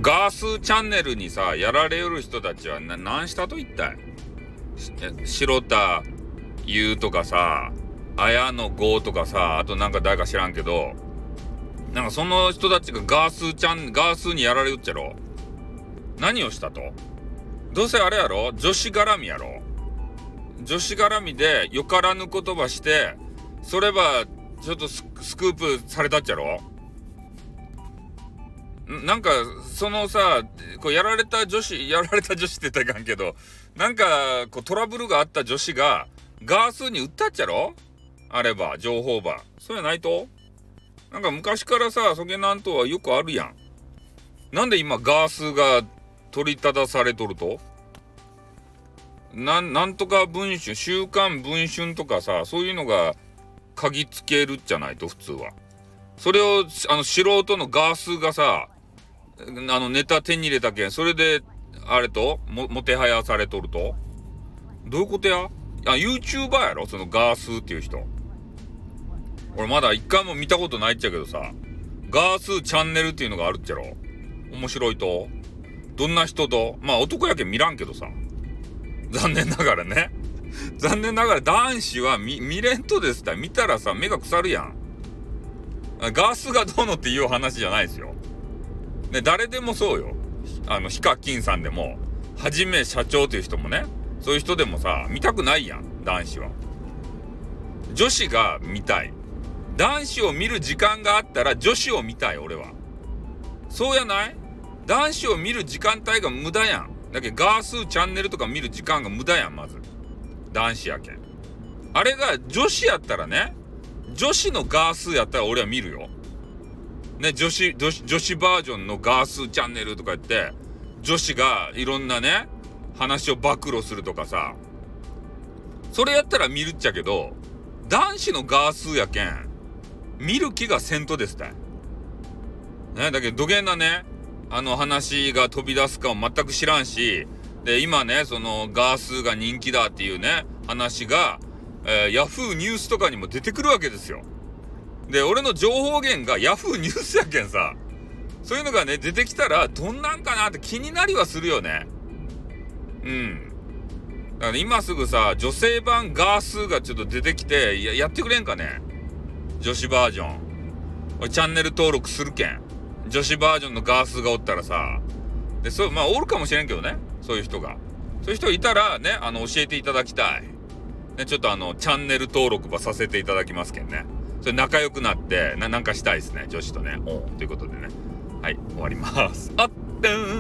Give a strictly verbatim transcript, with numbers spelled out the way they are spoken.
ガースチャンネルにさやられよる人たちはな何したと言ったい。白田優とかさ、綾野剛とかさ、あとなんか誰か知らんけど、なんかその人たちがガースちゃんガースにやられるっちゃろ。何をしたと。どうせあれやろ、女子絡みやろ。女子絡みでよからぬ言葉して、そればちょっとスクープされたっちゃろ。なんかそのさ、こうやられた女子やられた女子って言ったらいかんけど、なんかこうトラブルがあった女子がガースに売ったっちゃろ。あれば情報ばそうやないと。なんか昔からさ、そげなんとはよくあるやん。なんで今ガースが取り立たされとると。なん、なんとか文春、週刊文春とかさ、そういうのが嗅ぎつけるっじゃないと普通は。それをあの素人のガースがさ、あのネタ手に入れたけん、それであれとももてはやされとると。どういうことや。あ、YouTuber やろそのガースっていう人。俺まだ一回も見たことないっちゃけどさ、ガースチャンネルっていうのがあるっちゃろ。面白いと。どんな人と。まあ男やけん見らんけどさ、残念ながらね残念ながら男子は 見, 見れんとですって。見たらさ目が腐るやん。ガースがどうのっていう話じゃないですよ。ね、誰でもそうよ。あのヒカキンさんでも、はじめ社長という人もね、そういう人でもさ見たくないやん。男子は。女子が見たい。男子を見る時間があったら女子を見たい。俺はそうやない。男子を見る時間帯が無駄やん。だけどガースチャンネルとか見る時間が無駄やん。まず男子やけん。あれが女子やったらね、女子のガースやったら俺は見るよ。ね、女子、女子、女子バージョンのガースチャンネルとか言って、女子がいろんなね、話を暴露するとかさ、それやったら見るっちゃけど、男子のガースやけん、見る気がせんとですたい。ね、だけど、どげんなね、あの話が飛び出すかも全く知らんし、で、今ね、そのガースが人気だっていうね、話が、えー、ヤフーニュースとかにも出てくるわけですよ。で、俺の情報源がヤフーニュースやけんさ、そういうのがね、出てきたら、どんなんかなって気になりはするよね。うん。だから今すぐさ、女性版ガースがちょっと出てきて、や、やってくれんかね。女子バージョン。俺チャンネル登録するけん。女子バージョンのガースがおったらさ、で、そう、まあ、おるかもしれんけどね。そういう人が。そういう人いたらね、あの、教えていただきたい。ね、ちょっとあの、チャンネル登録ばさせていただきますけんね。それ仲良くなって、な、なんかしたいですね。女子とね。おう、ということでね。はい、終わります。あってーん。